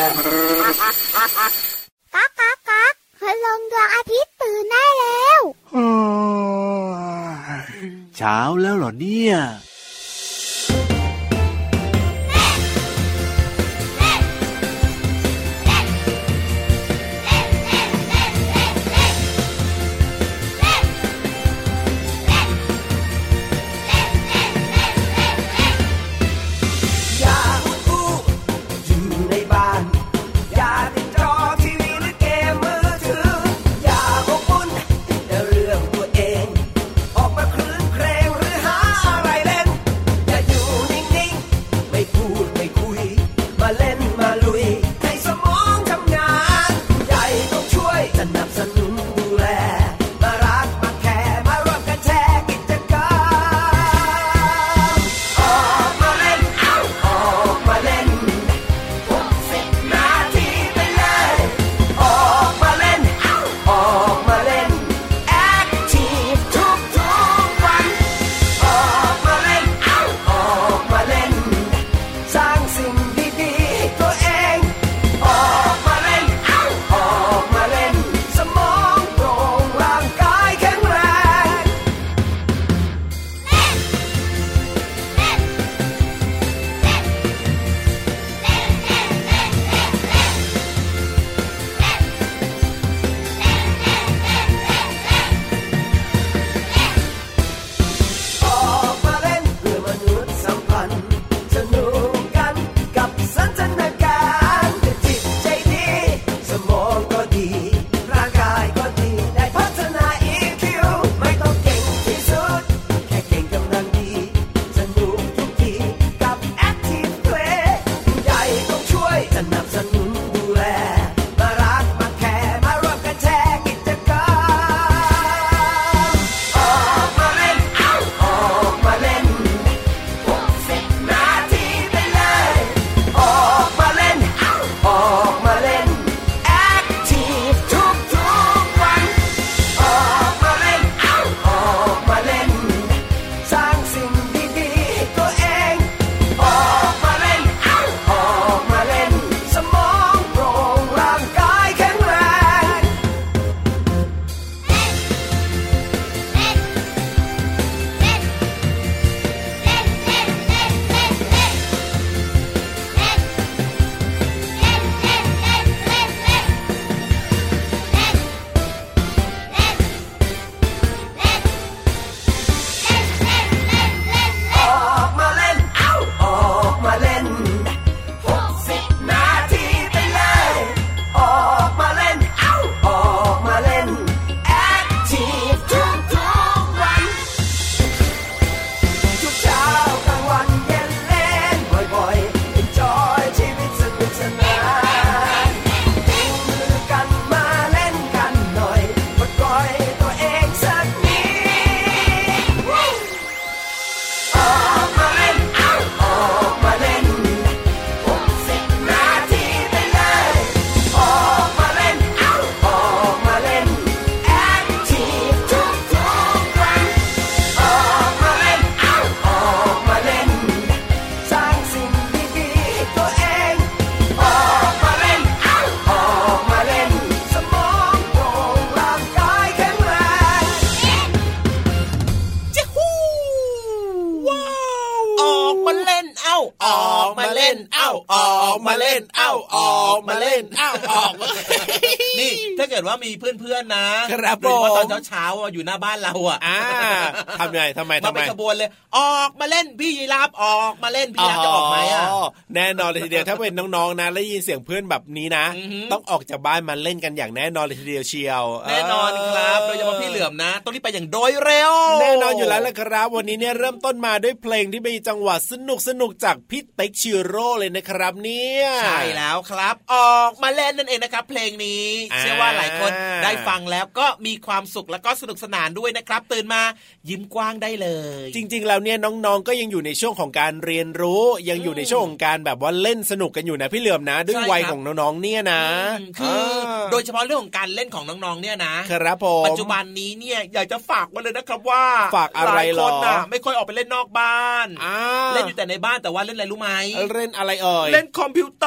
ก๊ากก๊ากก๊ากคืนลงดวงอาทิตย์ตื่นได้แล้วเช้าแล้วเหรอเนี่ยนี่ถ้าเกิดว่ามีเพื่อนๆนะครับโดยเฉพาะตอนเช้าๆอยู่หน้าบ้านเราทำไงทำไมมาเป็นขบวนเลยออกมาเล่นพี่ยีราฟออกมาเล่นพี่ยีราฟจะออกไหมแน่นอนเลยทีเดียวถ้าเป็นน้องๆนะแล้วยินเสียงเพื่อนแบบนี้นะต้องออกจากบ้านมาเล่นกันอย่างแน่นอนเลยทีเดียวเชียวแน่นอนครับโดยเฉพาะพี่เหลือมนะต้องรีบไปอย่างโดยเร็วแน่นอนอยู่แล้วละครับวันนี้เนี่ยเริ่มต้นมาด้วยเพลงที่มีจังหวะสนุกจากพี่ติ๊กชิโร่เลยนะครับเนี่ยใช่แล้วครับออกมาเล่นนั่นเองนะครับเพลงนี้เชื่อว่าหลายคนได้ฟังแล้วก็มีความสุขแล้วก็สนุกสนานด้วยนะครับตื่นมายิ้มกว้างได้เลยจริงๆแล้วเนี่ยน้องๆก็ยังอยู่ในช่วงของการเรียนรู้ยังอยู่ในช่วงของการแบบว่าเล่นสนุกกันอยู่นะพี่เหลือมนะด้วยวัยของน้องๆเนี่ยนะคือโดยเฉพาะเรื่องของการเล่นของน้องๆเนี่ยนะครับผมปัจจุบันนี้เนี่ยอยากจะฝากไว้เลยนะครับว่าฝากอะไรหรอไม่ค่อยออกไปเล่นนอกบ้านเล่นอยู่แต่ในบ้านแต่ว่าเล่นอะไรรู้ไหมเล่นอะไรเอ่ยเล่นคอมพิวเตอร์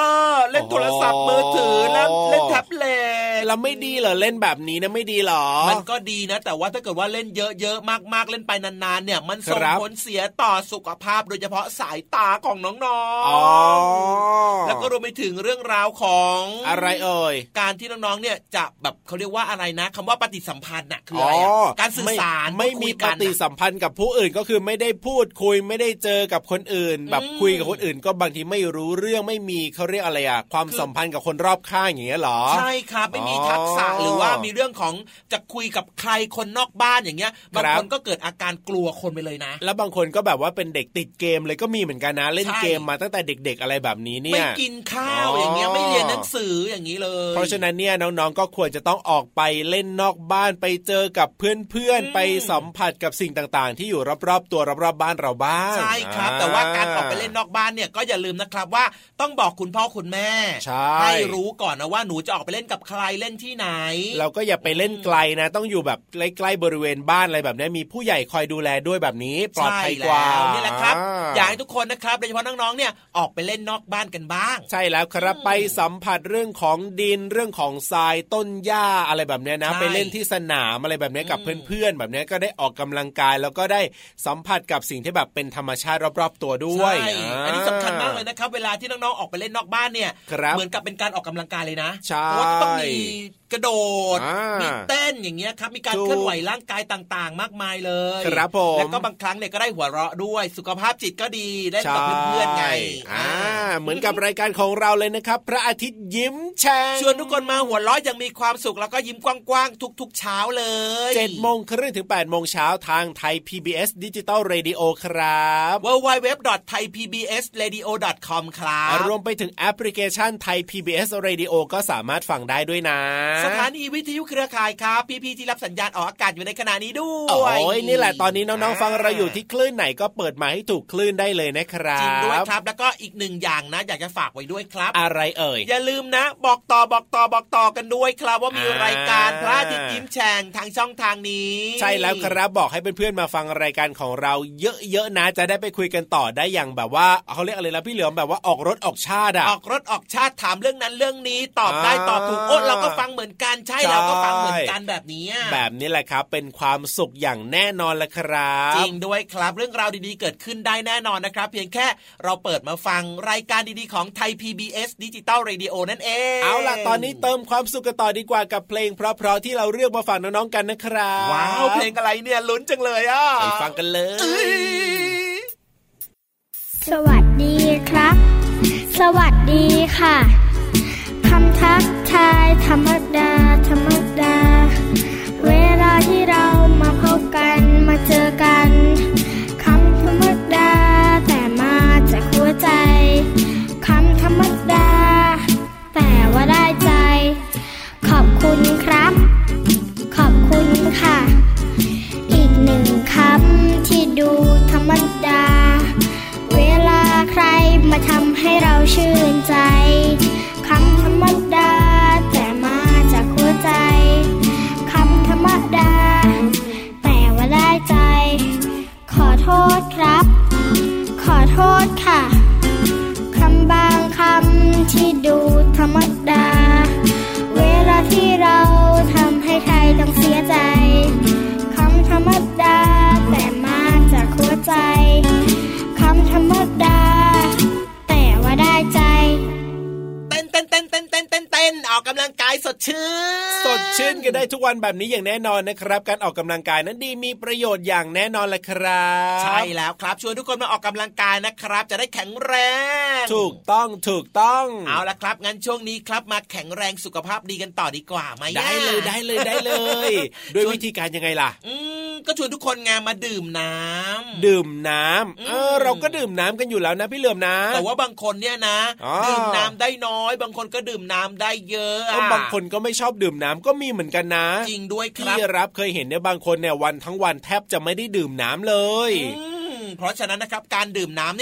เล่นโทรศัพท์มือถือแล้วเล่นแท็บเล็ตแล้วไม่ดีเหรอเล่นแบบนี้นะไม่ดีหรอมันก็ดีนะแต่ว่าถ้าเกิดว่าเล่นเยอะๆมากๆเล่นไปนานๆเนี่ยมันส่งผลเสียต่อสุขภาพโดยเฉพาะสายตาของน้องๆแล้วก็รวมไปถึงเรื่องราวของอะไรเอ่ยการที่น้องๆเนี่ยจะแบบเขาเรียกว่าอะไรนะคำว่าปฏิสัมพันธ์น่ะคืออะไรการสื่อสารไม่มีปฏิสัมพันธ์กับผู้อื่นก็คือไม่ได้พูดคุยไม่ได้เจอกับคนอื่นแบบคุยกับคนอื่นก็บางทีไม่รู้เรื่องไม่มีเขาเรียกอะไรอ่ะความสัมพันธ์กับคนรอบข้างอย่างเงี้ยหรอใช่ครับไม่มีทักษะหรือว่ามีเรื่องของจะคุยกับใครคนนอกบ้านอย่างเงี้ยบางคนก็เกิดอาการกลัวคนไปเลยนะแล้วบางคนก็แบบว่าเป็นเด็กติดเกมเลยก็มีเหมือนกันนะเล่นเกมมาตั้งแต่เด็กๆอะไรแบบนี้เนี่ยไม่กินข้าวอย่างเงี้ยไม่เรียนหนังสืออย่างนี้เลยเพราะฉะนั้นเนี่ยน้องๆก็ควรจะต้องออกไปเล่นนอกบ้านไปเจอกับเพื่อนๆไปสัมผัสกับสิ่งต่างๆที่อยู่รอบๆตัวรอบๆบ้านเราบ้างใช่ครับแต่ว่าการออกไปเล่นนอกบ้านเนี่ยก็อย่าลืมนะครับว่าต้องบอกคุณพ่อคุณแม่ให้รู้ก่อนนะว่าหนูจะออกไปเล่นกับใครเล่นที่ไหนเราก็อย่าไปเล่นไกลนะต้องอยู่แบบใกล้ๆบริเวณบ้านอะไรแบบนี้มีผู้ใหญ่คอยดูแลด้วยแบบนี้ปลอดภัยกว่านี่แหละครับอยากให้ทุกคนนะครับโดยเฉพาะน้องๆเนี่ยออกไปเล่นนอกบ้านกันบ้างใช่แล้วครับไปสัมผัสเรื่องของดินเรื่องของทรายต้นหญ้าอะไรแบบนี้นะไปเล่นที่สนามอะไรแบบนี้กับเพื่อนๆแบบนี้ก็ได้ออกกำลังกายแล้วก็ได้สัมผัสกับสิ่งที่แบบเป็นธรรมชาติรอบๆตัวด้วยอันนี้สำคัญมากเลยนะครับเวลาที่น้องๆออกไปเล่นนอกบ้านเนี่ยเหมือนกับเป็นการออกกำลังกายเลยนะเพราะว่าต้องมีกระโดดมีเต้นอย่างเงี้ยครับมีการเคลื่อนไหวร่างกายต่างๆมากมายเลยครับผมแล้วก็บางครั้งเนี่ยก็ได้หัวเราะด้วยสุขภาพจิตก็ดีได้กับเพื่อนๆไงเหมือนกับรายการของเราเลยนะครับพระอาทิตย์ยิ้มแฉ่งชวนทุกคนมาหัวเราะอย่างมีความสุขแล้วก็ยิ้มกว้างๆทุกๆเช้าเลย 7:30 นถึง 8:00 นเช้าทางไทย PBS Digital Radio ครับ www.thaipbsradio.com ครับรวมไปถึงแอปพลิเคชันไทย PBS Radio ก็สามารถฟังได้ด้วยนะสถานีวิทยุเครือข่ายครับพี่ๆที่รับสัญญาณออกอากาศอยู่ในขณะนี้ด้วยโอ้ยนี่แหละตอนนี้น้องๆฟังเราอยู่ที่คลื่นไหนก็เปิดมาให้ถูกคลื่นได้เลยนะครับจริงด้วยครับแล้วก็อีกหนึ่งอย่างนะอยากจะฝากไว้ด้วยครับอะไรเอ่ยอย่าลืมนะบอกต่อกันด้วยครับว่ามีรายการพระอาทิตย์ยิ้มแฉ่งทางช่องทางนี้ใช่แล้วครับบอกให้เพื่อนๆมาฟังรายการของเราเยอะๆนะจะได้ไปคุยกันต่อได้อย่างแบบว่าเขาเรียกอะไรนะพี่เหลือมแบบว่าออกรถออกชาติออกรถออกชาติถามเรื่องนั้นเรื่องนี้ตอบได้ตอบถูกโอ้เราก็ฟังเหมือนกันใช่เราก็ฟังเหมือนกันแบบนี้แบบนี้แหละครับเป็นความสุขอย่างแน่นอนละครับจริงด้วยครับเรื่องราวดีๆเกิดขึ้นได้แน่นอนนะครับเพียงแค่เราเปิดมาฟังรายการดีๆของไทย PBS Digital Radio นั่นเองเอาล่ะตอนนี้เติมความสุขกันต่อดีกว่ากับเพลงเพราะๆที่เราเลือกมาฝากน้องๆกันนะครับว้าวเพลงอะไรเนี่ยลุ้นจังเลยอ่ะไปฟังกันเลยสวัสดีครับสวัสดีค่ะคำทักทายธรรมดาเวลาที่เรามาพบกันมาเจอกันคำธรรมดาแต่มาจากหัวใจคำธรรมดาแต่ว่าได้ใจขอบคุณครับขอบคุณค่ะอีกหนึ่งคำที่ดูธรรมดาเวลาใครมาทำให้เราชื่นใจคำธรรมดาแต่มาจากหัวใจคำธรรมดาแต่ว่าได้ใจขอโทษครับขอโทษค่ะคำบางคำที่ดูธรรมดาเวลาที่เราทำให้ใครต้องเสียใจคำธรรมดาแต่มาจากหัวใจคำธรรมดาแต่ว่าได้ใจเต้นออกกำลังกายสดชื่นกันได้ทุกวันแบบนี้อย่างแน่นอนนะครับการออกกำลังกายนั้นดีมีประโยชน์อย่างแน่นอนแหละครับใช่แล้วครับชวนทุกคนมาออกกำลังกายนะครับจะได้แข็งแรงถูกต้องเอาละครับงั้นช่วงนี้ครับมาแข็งแรงสุขภาพดีกันต่อดีกว่าไหมได้เลยด้วยวิธีการยังไงล่ะก็ชวนทุกคนงานมาดื่มน้ำเราก็ดื่มน้ำกันอยู่แล้วนะพี่เหลือมนะแต่ว่าบางคนเนี่ยนะดื่มน้ำได้น้อยบางคนก็ดื่มน้ำได้เยอะบางคนก็ไม่ชอบดื่มน้ำก็มีเหมือนกันนะจริงด้วยครับพี่รับเคยเห็นเนี่ยบางคนเนี่ยวันทั้งวันแทบจะไม่ได้ดื่มน้ำเลยเพราะฉะนั้นนะครับการดื่มน้ำเนี่ย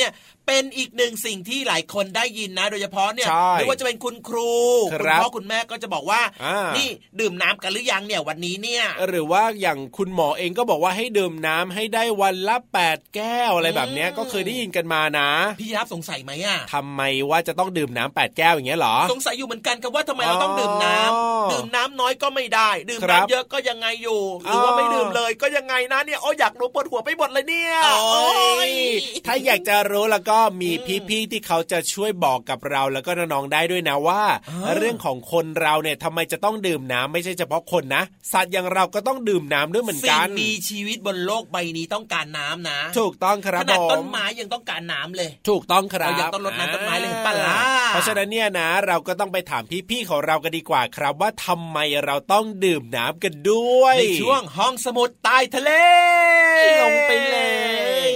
เป็นอีกหนึ่งสิ่งที่หลายคนได้ยินนะโดยเฉพาะเนี่ยไม่ว่าจะเป็นคุณครูคุณพ่อคุณแม่ก็จะบอกว่านี่ดื่มน้ำกันหรือยังเนี่ยวันนี้เนี่ยหรือว่าอย่างคุณหมอเองก็บอกว่าให้ดื่มน้ำให้ได้วันละ8 แก้วอะไรแบบนี้ก็เคยได้ยินกันมานะพี่รับสงสัยไหมอ่ะทำไมว่าจะต้องดื่มน้ำ8 แก้วอย่างเงี้ยหรอสงสัยอยู่เหมือนกันครับว่าทำไมเราต้องดื่มน้ำดื่มน้ำน้อยก็ไม่ได้ดื่มน้ำเยอะก็ยังไงอยู่หรือว่าไม่ดื่มเลยก็ยังไงนะเนี่ยอยากรู้ปวดหัวไปหมดเลยเนี่ยถ้าอยากจะรู้แล้วก็มีพี่ๆที่เขาจะช่วยบอกกับเราแล้วก็น้องๆได้ด้วยนะว่าเรื่องของคนเราเนี่ยทำไมจะต้องดื่มน้ำไม่ใช่เฉพาะคนนะสัตว์อย่างเราก็ต้องดื่มน้ำด้วยเหมือนกันสิ่งมีชีวิตบนโลกใบนี้ต้องการน้ำนะถูกต้องครับขนาดต้นไม้ยังต้องการน้ำเลยถูกต้องครับเรายังต้องรดน้ำต้นไม้เลยป่ะล่ะเพราะฉะนั้นเนี่ยนะเราก็ต้องไปถามพี่ๆของเรากันดีกว่าครับว่าทำไมเราต้องดื่มน้ำกันด้วยในช่วงห้องสมุดใต้ทะเลลงไปเลย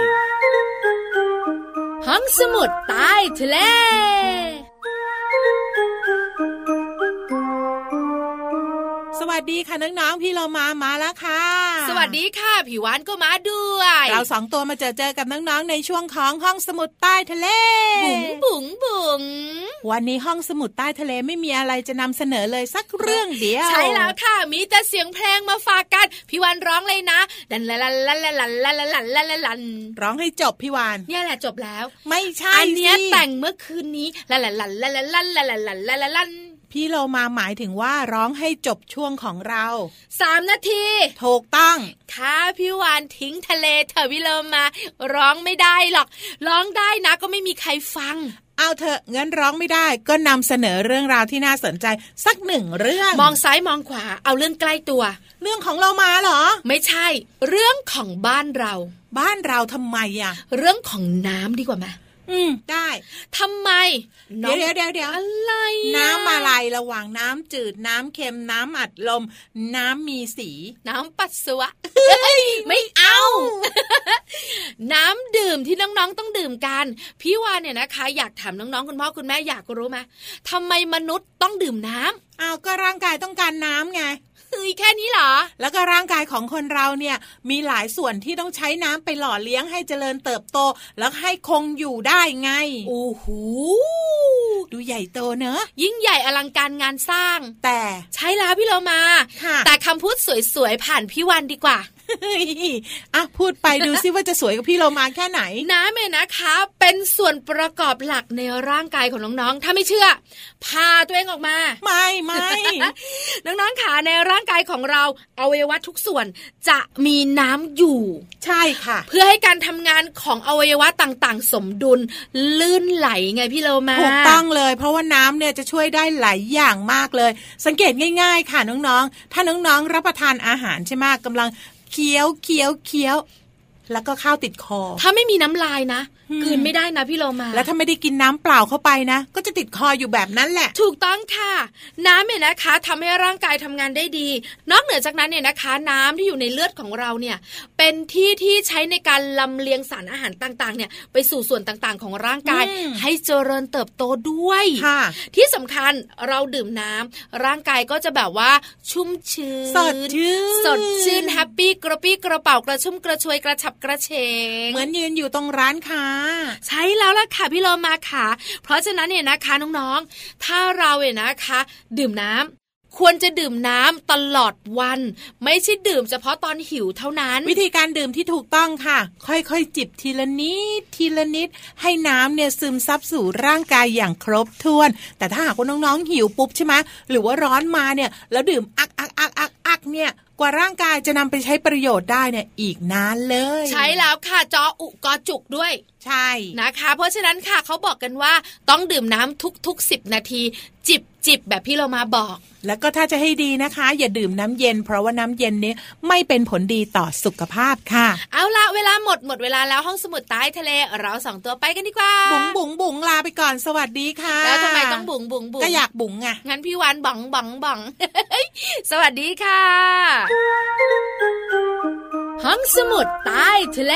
ห้องสมุดใต้ทะเลสวัสดีค่ะน้องๆพี่เรามาแล้วค่ะสวัสดีค่ะพี่วานก็มาด้วยเรา2ตัวมาเจอกับน้องๆในช่วงของห้องสมุดใต้ทะเลบุ๋งบุ๋งบุ๋งวันนี้ห้องสมุดใต้ทะเลไม่มีอะไรจะนำเสนอเลยสักเรื่องเดียวใช่แล้วค่ะมีแต่เสียงเพลงมาฝากกันพี่วานร้องเลยนะลันลันลันลันลันลันลันลันลันลันร้องให้จบพี่วานเนี่ยแหละจบแล้วไม่ใช่อันนี้แต่งเมื่อคืนนี้ลันลันลันลันลันลันลันลันลันลันพี่โลมาหมายถึงว่าร้องให้จบช่วงของเรา 3 นาทีถูกต้องค่ะพี่วานทิ้งทะเลเถอะพี่โลมาร้องไม่ได้หรอกร้องได้นะก็ไม่มีใครฟังเอาเถอะงั้นร้องไม่ได้ก็นำเสนอเรื่องราวที่น่าสนใจสัก1 เรื่องมองซ้ายมองขวาเอาเรื่องใกล้ตัวเรื่องของเรามาเหรอไม่ใช่เรื่องของบ้านเราทำไมอ่ะเรื่องของน้ำดีกว่าไหมได้ทำไมเดี๋ยวอะไรน้ำอะไรระหว่างน้ำจืดน้ำเค็มน้ำอัดลมน้ำมีสีน้ำปัสสาวะไม่เอา น้ำดื่มที่น้องๆต้องดื่มกันพี่วานเนี่ยนะคะอยากถามน้องๆคุณพ่อคุณแม่อยากรู้ไหมทำไมมนุษย์ต้องดื่มน้ำก็ร่างกายต้องการน้ำไงแค่นี้เหรอแล้วก็ร่างกายของคนเราเนี่ยมีหลายส่วนที่ต้องใช้น้ำไปหล่อเลี้ยงให้เจริญเติบโตแล้วให้คงอยู่ได้ไงโอ้โหดูใหญ่โตเนอะยิ่งใหญ่อลังการงานสร้างแต่ใช่แล้วพี่เรามาแต่คำพูดสวยๆผ่านพี่วันดีกว่าพูดไปดูซิว่าจะสวยกับพี่เรามาแค่ไหนน้ำเนี่ยนะคะเป็นส่วนประกอบหลักในร่างกายของน้องๆถ้าไม่เชื่อพาตัวเองออกมาไม่น้องๆขาในร่างกายของเราอวัยวะทุกส่วนจะมีน้ำอยู่ใช่ค่ะเพื่อให้การทำงานของอวัยวะต่างๆสมดุลลื่นไหลไงพี่เรามาถูกต้องเลยเพราะว่าน้ำเนี่ยจะช่วยได้หลายอย่างมากเลยสังเกตง่ายๆค่ะน้องๆถ้าน้องๆรับประทานอาหารใช่ไหมกำลังเคี้ยวแล้วก็ข้าวติดคอถ้าไม่มีน้ำลายนะกลืนไม่ได้นะพี่โลมาแล้วถ้าไม่ได้กินน้ำเปล่าเข้าไปนะก็จะติดคออยู่แบบนั้นแหละถูกต้องค่ะน้ำเนี่ยนะคะทำให้ร่างกายทำงานได้ดีนอกเหนือจากนั้นเนี่ยนะคะน้ำที่อยู่ในเลือดของเราเนี่ยเป็นที่ใช้ในการลำเลียงสารอาหารต่างๆเนี่ยไปสู่ส่วนต่างๆของร่างกายให้เจริญเติบโตด้วยที่สำคัญเราดื่มน้ำร่างกายก็จะแบบว่าชุ่มชื้นสดชื่นแฮปปี้กระปี้กระเป๋ากระชุ่มกระชวยกระฉับกระเฉงเหมือนยืนอยู่ตรงร้านค้าใช่แล้วล่ะค่ะพี่โลมาค่ะเพราะฉะนั้นเนี่ยนะคะน้องๆถ้าเราเนี่ยนะคะดื่มน้ำควรจะดื่มน้ำตลอดวันไม่ใช่ดื่มเฉพาะตอนหิวเท่านั้นวิธีการดื่มที่ถูกต้องค่ะค่อยๆจิบทีละนิดให้น้ำเนี่ยซึมซับสู่ร่างกายอย่างครบถ้วนแต่ถ้าหากว่าน้องๆหิวปุ๊บใช่ไหมหรือว่าร้อนมาเนี่ยแล้วดื่มอักเนี่ยกว่าร่างกายจะนำไปใช้ประโยชน์ได้เนี่ยอีกนานเลยใช่แล้วค่ะจออุกอจุกด้วยใช่นะคะเพราะฉะนั้นค่ะเขาบอกกันว่าต้องดื่มน้ำทุก10 นาทีจิบแบบพี่เรามาบอกแล้วก็ถ้าจะให้ดีนะคะอย่าดื่มน้ำเย็นเพราะว่าน้ำเย็นนี้ไม่เป็นผลดีต่อสุขภาพค่ะเอาละเวลาหมดเวลาแล้วห้องสมุดใต้ทะเลเรา2 ตัวไปกันดีกว่าบุ๋งลาไปก่อนสวัสดีค่ะแล้วทำไมต้องบุ๋งก็อยากบุ๋งไงงั้นพี่วานบัง สวัสดีค่ะห้องสมุดใต้ทะเล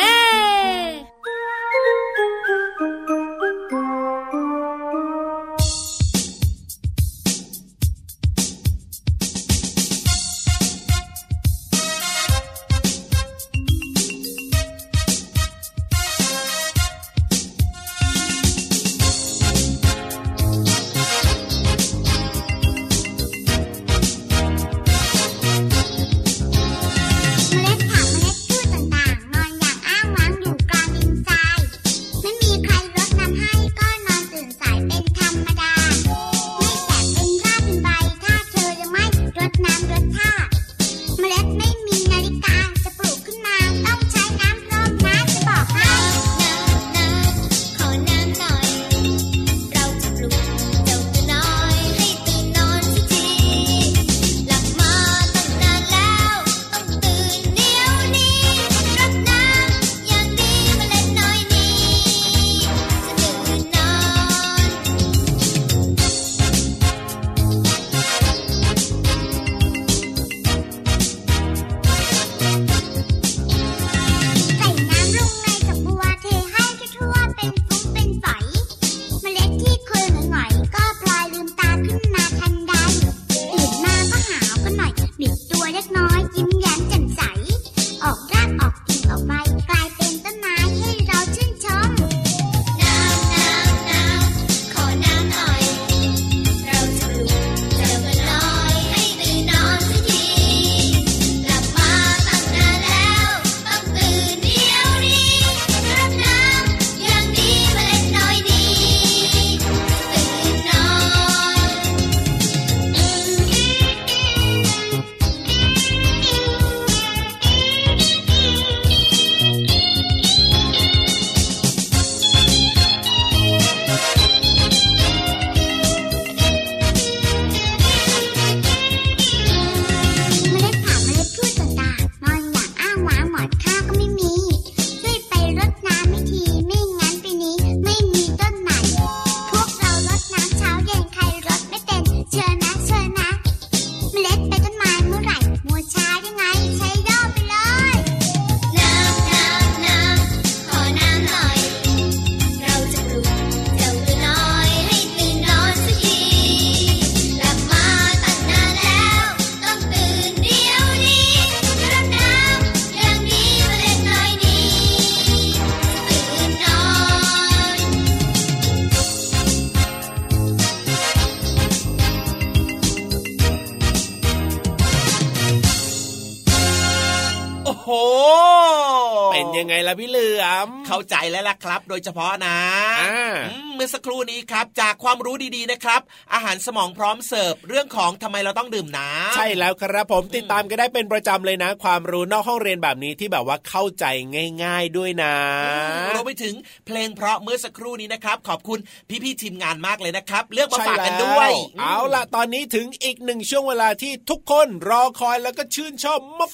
ยังไงล่ะพี่เหลือมเข้าใจแล้วล่ะครับโดยเฉพาะนะเมื่อสักครู่นี้ครับจากความรู้ดีๆนะครับอาหารสมองพร้อมเสิร์ฟเรื่องของทำไมเราต้องดื่มน้ำใช่แล้วครับผมติดตามกันได้เป็นประจำเลยนะความรู้นอกห้องเรียนแบบนี้ที่แบบว่าเข้าใจง่ายๆด้วยนะรวมไปถึงเพลงเพราะเมื่อสักครู่นี้นะครับขอบคุณพี่ๆทีมงานมากเลยนะครับเลือกมาฝากกันด้วยเอาล่ะตอนนี้ถึงอีกหนึ่งช่วงเวลาที่ทุกคนรอคอยแล้วก็ชื่นชอบมาก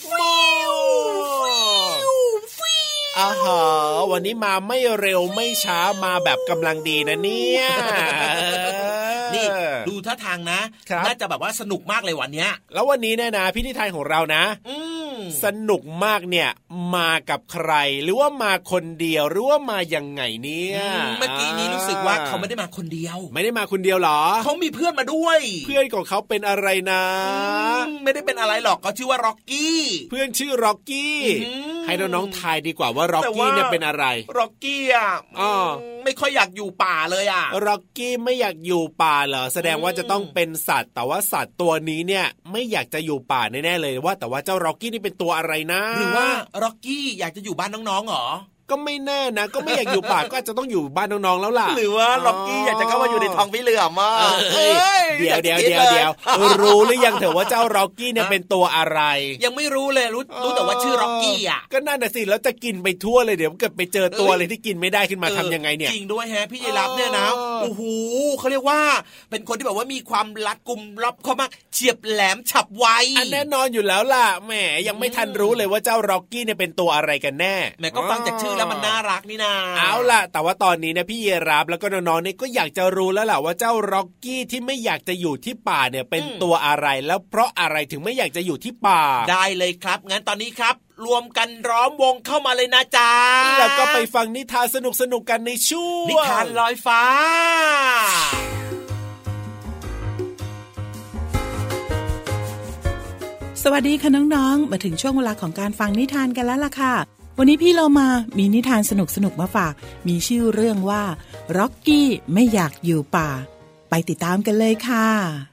อาหาวันนี้มาไม่เร็วไม่ช้ามาแบบกำลังดีนะเนี่ยนี่ดูท่าทางนะน่าจะแบบว่าสนุกมากเลยวันนี้แล้ววันนี้เนี่ยนะพี่นิทานของเรานะสนุกมากเนี่ยมากับใครหรือว่ามาคนเดียวหรือว่ามายังไงเนี่ยเมื่อกี้นี้รู้สึกว่าเขาไม่ได้มาคนเดียวไม่ได้มาคนเดียวหรอเขามีเพื่อนมาด้วยเพื่อนของเขาเป็นอะไรนะไม่ได้เป็นอะไรหรอกเขาชื่อว่าร็อกกี้เพื่อนชื่อร็อกกี้ให้น้องๆทายดีกว่าว่าร็อกกี้เนี่ยเป็นอะไรร็อกกี้อ่ะไม่ค่อยอยากอยู่ป่าเลยอ่ะร็อกกี้ไม่อยากอยู่ป่าเหรอแสดงว่าจะต้องเป็นสัตว์แต่ว่าสัตว์ตัวนี้เนี่ยไม่อยากจะอยู่ป่าแน่ๆเลยว่าแต่ว่าเจ้าร็อกกี้นี่เป็นตัวอะไรนะหรือว่าร็อกกี้อยากจะอยู่บ้านน้องๆหรอก็ไม่แน่นะก็ไม่อยากอยู่ป่าก็อาจจะต้องอยู่บ้านน้องๆแล้วล่ะหรือว่าล็อกกี้อยากจะเข้ามาอยู่ในท้องพี่เหลือมอ่ะเดี๋ยวรู้หรือยังเถอะว่าเจ้าล็อกกี้เนี่ยเป็นตัวอะไรยังไม่รู้เลยรู้แต่ว่าชื่อล็อกกี้อ่ะก็นั่นน่ะสิแล้วจะกินไปทั่วเลยเดี๋ยวเกิดไปเจอตัวเลยที่กินไม่ได้ขึ้นมาทำยังไงเนี่ยจริงด้วยฮะพี่ยีรับเนี่ยนะโอ้โหเขาเรียกว่าเป็นคนที่แบบว่ามีความรัดกุมรอบเข้ามาเฉียบแหลมฉับไวแน่นอนอยู่แล้วล่ะแหมยังไม่ทันรู้เลยว่าเจ้าล็อกกี้เนี่ยเป็นตัวอะไรกันแน่แหมก็ฟังจากชื่อแล้วมันน่ารักนี่เอาล่ะแต่ว่าตอนนี้นะพี่เยรับแล้วก็น้องๆเนี่ยก็อยากจะรู้แล้วล่ะว่าเจ้าร็อกกี้ที่ไม่อยากจะอยู่ที่ป่าเนี่ยเป็นตัวอะไรแล้วเพราะอะไรถึงไม่อยากจะอยู่ที่ป่าได้เลยครับงั้นตอนนี้ครับรวมกันล้อมวงเข้ามาเลยนะจ๊ะแล้วก็ไปฟังนิทานสนุกๆกันในช่วงนิทานลอยฟ้าสวัสดีค่ะน้องๆมาถึงช่วงเวลาของการฟังนิทานกันแล้วล่ะค่ะวันนี้พี่เรามามีนิทานสนุกๆมาฝากมีชื่อเรื่องว่าร็อกกี้ไม่อยากอยู่ป่าไปติดตามกันเลยค่ะ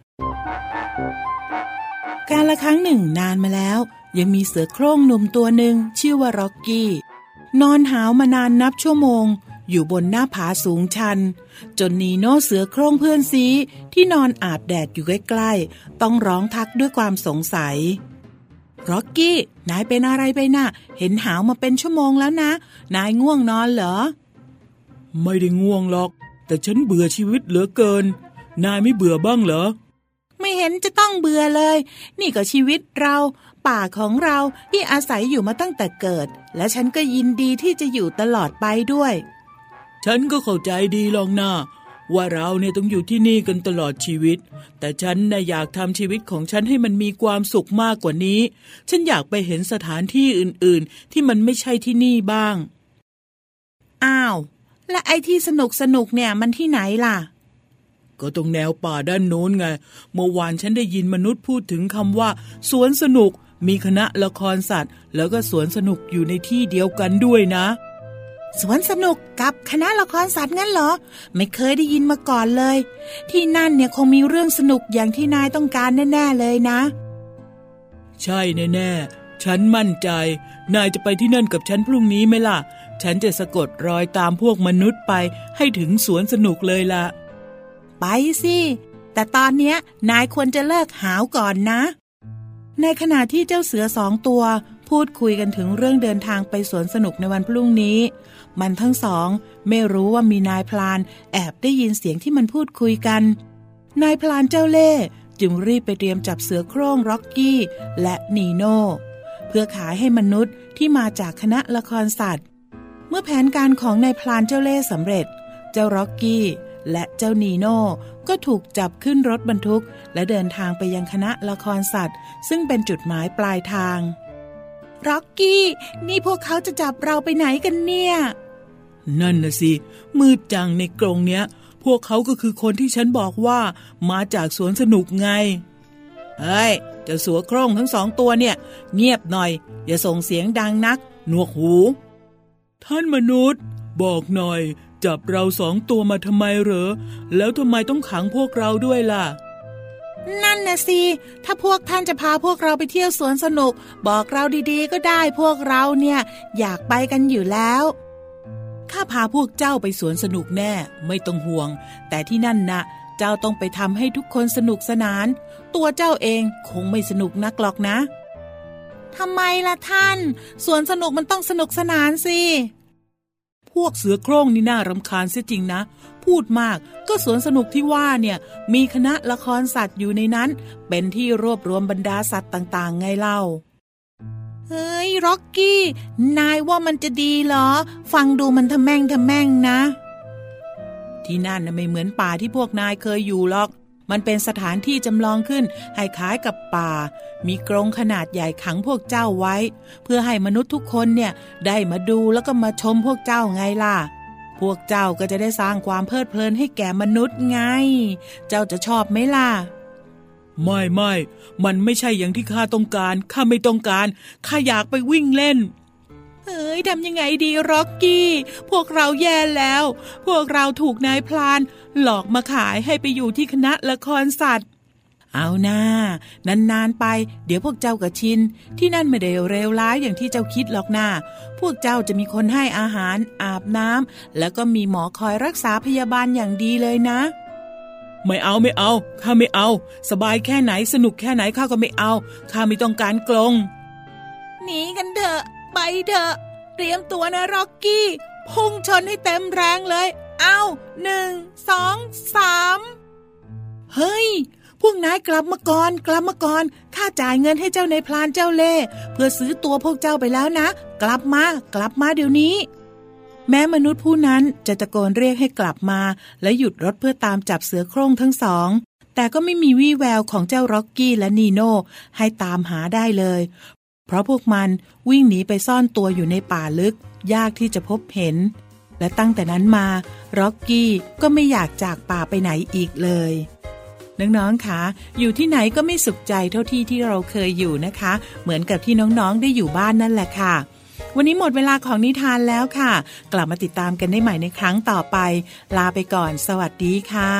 กาลครั้งหนึ่งนานมาแล้วยังมีเสือโคร่งหนุ่มตัวหนึ่งชื่อว่าร็อกกี้นอนหาวมานานนับชั่วโมงอยู่บนหน้าผาสูงชันจนนีโน่เสือโคร่งเพื่อนซีที่นอนอาบแดดอยู่ใกล้ๆต้องร้องทักด้วยความสงสัยร็อกกี้นายเป็นอะไรไปน่ะเห็นหาวมาเป็นชั่วโมงแล้วนะนายง่วงนอนเหรอไม่ได้ง่วงหรอกแต่ฉันเบื่อชีวิตเหลือเกินนายไม่เบื่อบ้างเหรอไม่เห็นจะต้องเบื่อเลยนี่ก็ชีวิตเราป่าของเราที่อาศัยอยู่มาตั้งแต่เกิดและฉันก็ยินดีที่จะอยู่ตลอดไปด้วยฉันก็เข้าใจดีลองหน้าว่าเราเนี่ยต้องอยู่ที่นี่กันตลอดชีวิตแต่ฉันน่ะอยากทำชีวิตของฉันให้มันมีความสุขมากกว่านี้ฉันอยากไปเห็นสถานที่อื่นๆที่มันไม่ใช่ที่นี่บ้างอ้าวและไอ้ที่สนุกเนี่ยมันที่ไหนล่ะก็ตรงแนวป่าด้านโน้นไงเมื่อวานฉันได้ยินมนุษย์พูดถึงคำว่าสวนสนุกมีคณะละครสัตว์แล้วก็สวนสนุกอยู่ในที่เดียวกันด้วยนะสวนสนุกกับคณะละครสัตว์งั้นเหรอไม่เคยได้ยินมาก่อนเลยที่นั่นเนี่ยคงมีเรื่องสนุกอย่างที่นายต้องการแน่ๆเลยนะใช่แน่ๆฉันมั่นใจนายจะไปที่นั่นกับฉันพรุ่งนี้ไหมล่ะฉันจะสะกดรอยตามพวกมนุษย์ไปให้ถึงสวนสนุกเลยล่ะไปสิแต่ตอนเนี้ยนายควรจะเลิกหาวก่อนนะในขณะที่เจ้าเสือ2 ตัวพูดคุยกันถึงเรื่องเดินทางไปสวนสนุกในวันพรุ่งนี้มันทั้งสองไม่รู้ว่ามีนายพลานแอบได้ยินเสียงที่มันพูดคุยกันนายพลานเจ้าเล่ห์จึงรีบไปเตรียมจับเสือโคร่งร็อกกี้และนีโน่เพื่อขายให้มนุษย์ที่มาจากคณะละครสัตว์เมื่อแผนการของนายพลานเจ้าเล่ห์สำเร็จเจ้าร็อกกี้และเจ้านีโน่ก็ถูกจับขึ้นรถบรรทุกและเดินทางไปยังคณะละครสัตว์ซึ่งเป็นจุดหมายปลายทางร็อกกี้นี่พวกเขาจะจับเราไปไหนกันเนี่ยนั่นน่ะสิมืดจังในกรงเนี้ยพวกเขาก็คือคนที่ฉันบอกว่ามาจากสวนสนุกไงเฮ้ยเจ้าเสือโคร่งทั้ง2 ตัวเนี่ยเงียบหน่อยอย่าส่งเสียงดังนักหนวกหูท่านมนุษย์บอกหน่อยจับเรา2 ตัวมาทำไมเหรอแล้วทำไมต้องขังพวกเราด้วยล่ะนั่นน่ะสิถ้าพวกท่านจะพาพวกเราไปเที่ยวสวนสนุกบอกเราดีๆก็ได้พวกเราเนี่ยอยากไปกันอยู่แล้วข้าพาพวกเจ้าไปสวนสนุกแน่ไม่ต้องห่วงแต่ที่นั่นนะเจ้าต้องไปทำให้ทุกคนสนุกสนานตัวเจ้าเองคงไม่สนุกนักหรอกนะทำไมล่ะท่านสวนสนุกมันต้องสนุกสนานสิพวกเสือโคร่งนี่น่ารำคาญเสียจริงนะพูดมากก็สวนสนุกที่ว่าเนี่ยมีคณะละครสัตว์อยู่ในนั้นเป็นที่รวบรวมบรรดาสัตว์ต่างๆไงเล่าเฮ้ยร็อกกี้นายว่ามันจะดีเหรอฟังดูมันทะแม่งนะที่นั่นไม่เหมือนป่าที่พวกนายเคยอยู่หรอกมันเป็นสถานที่จำลองขึ้นให้คล้ายกับป่ามีกรงขนาดใหญ่ขังพวกเจ้าไว้เพื่อให้มนุษย์ทุกคนเนี่ยได้มาดูแล้วก็มาชมพวกเจ้าไงล่ะพวกเจ้าก็จะได้สร้างความเพลิดเพลินให้แก่มนุษย์ไงเจ้าจะชอบไหมล่ะไม่มันไม่ใช่อย่างที่ข้าต้องการข้าไม่ต้องการข้าอยากไปวิ่งเล่นเฮ้ยทำยังไงดีร็อกกี้พวกเราแย่แล้วพวกเราถูกนายพลานหลอกมาขายให้ไปอยู่ที่คณะละครสัตว์เอาหน้านานๆไปเดี๋ยวพวกเจ้าก็ชินที่นั่นไม่ได้เลวร้ายอย่างที่เจ้าคิดหรอกนะพวกเจ้าจะมีคนให้อาหารอาบน้ำแล้วก็มีหมอคอยรักษาพยาบาลอย่างดีเลยนะไม่เอาข้าไม่เอาสบายแค่ไหนสนุกแค่ไหนข้าก็ไม่เอาข้าไม่ต้องการกรงหนีกันเถอะไปเถอะเตรียมตัวนะร็อกกี้พุ่งชนให้เต็มแรงเลยเอา1 2 3เฮ้ยพวกนายกลับมาก่อนข้าจ่ายเงินให้เจ้านายพลานเจ้าเล่ห์เพื่อซื้อตัวพวกเจ้าไปแล้วนะกลับมาเดี๋ยวนี้แม้มนุษย์ผู้นั้นจะตะโกนเรียกให้กลับมาและหยุดรถเพื่อตามจับเสือโคร่งทั้งสองแต่ก็ไม่มีวี่แววของเจ้าร็อกกี้และนีโน่ให้ตามหาได้เลยเพราะพวกมันวิ่งหนีไปซ่อนตัวอยู่ในป่าลึกยากที่จะพบเห็นและตั้งแต่นั้นมาร็อกกี้ก็ไม่อยากจากป่าไปไหนอีกเลยน้องๆคะอยู่ที่ไหนก็ไม่สุขใจเท่าที่เราเคยอยู่นะคะเหมือนกับที่น้องๆได้อยู่บ้านนั่นแหละค่ะวันนี้หมดเวลาของนิทานแล้วค่ะกลับมาติดตามกันได้ใหม่ในครั้งต่อไปลาไปก่อนสวัสดีค่ะ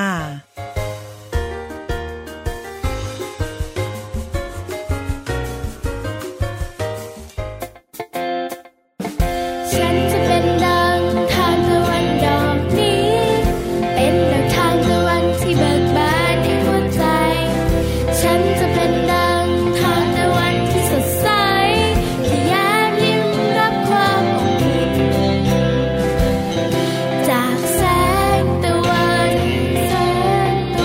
จากแสงตะวัน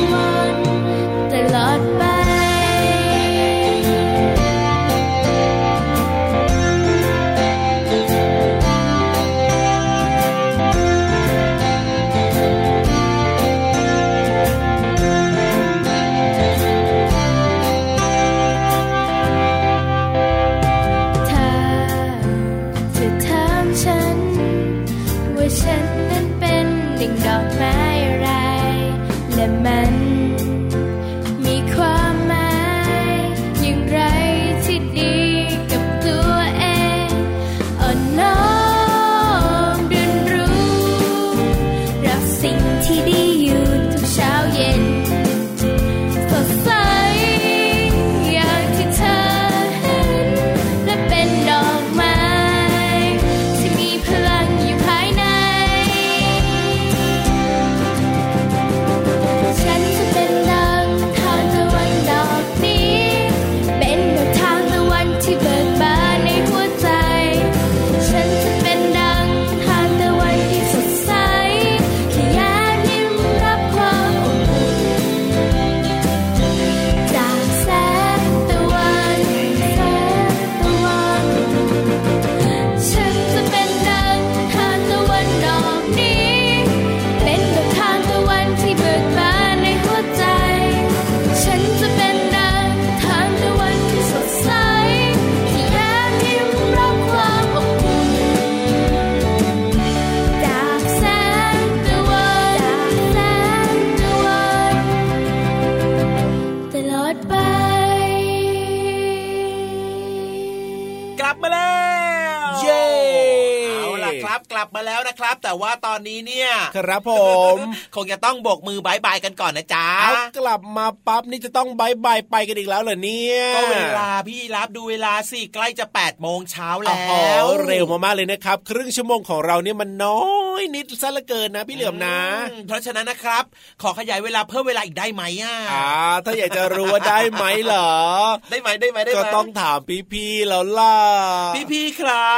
ครับกลับมาแล้วนะครับแต่ว่าตอนนี้เนี่ยครับผมคงจะต้องโบกมือบายบายกันก่อนนะจ๊ะเอากลับมาปั๊บนี่จะต้องบายบายไปกันอีกแล้วเหรอเนี่ยก็เวลาพี่รับดูเวลาสิใกล้จะ8 โมงเช้าแล้วเร็วมากๆเลยนะครับครึ่งชั่วโมงของเราเนี่ยมันน้อยนิดซะเหลือเกินนะพี่เหลือมนะเพราะฉะนั้นนะครับขอขยายเวลาเพิ่มเวลาอีกได้ไหมถ้าอยากจะรู้ว่าได้ไหมเหรอได้ไหมก็ต้องถามพี่ๆแล้วล่ะพี่ๆครับ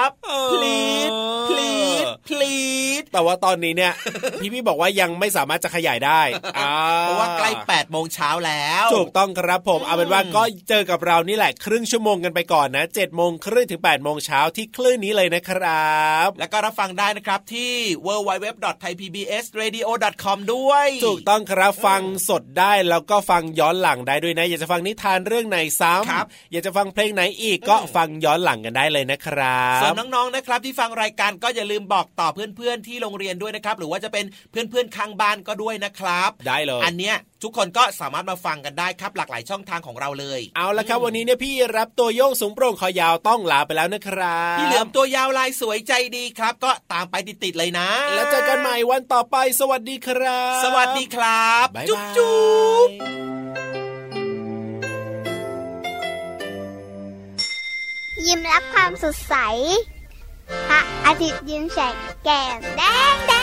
please แต่ว่าตอนนี้เนี่ย พี่ๆบอกว่ายังไม่สามารถจะขยายได้เพราะว่าใกล้8 โมงเช้าแล้วถูกต้องครับผมเอาเป็นว่าก็เจอกับเรานี่แหละครึ่งชั่วโมงกันไปก่อนนะ7 โมงครึ่งถึง8 โมงเช้าที่คลื่นนี้เลยนะครับแล้วก็รับฟังได้นะครับที่ www.thaipbsradio.com ด้วยถูกต้องครับฟังสดได้แล้วก็ฟังย้อนหลังได้ด้วยนะอยากจะฟังนิทานเรื่องไหนซ้ำอยากจะฟังเพลงไหนอีกก็ฟังย้อนหลังกันได้เลยนะครับส่วนน้องๆนะครับที่ฟังรายการก็อย่าลืมบอกต่อเพื่อนๆที่โรงเรียนด้วยนะครับหรือว่าจะเป็นเพื่อนๆข้างบ้านก็ด้วยนะครับได้เลยอันเนี้ยทุกคนก็สามารถมาฟังกันได้ครับหลากหลายช่องทางของเราเลยเอาละครับวันนี้เนี่ยพี่รับตัวโยงสูงโปร่งคอยาวต้องลาไปแล้วนะครับพี่เหลือมตัวยาวลายสวยใจดีครับก็ตามไปติดๆเลยนะแล้วเจอกันใหม่วันต่อไปสวัสดีครับสวัสดีครับจุ๊บจุ๊บยิ้มรับความสดใสพระอาทิตย์ยิ้มแฉกแก้มแดง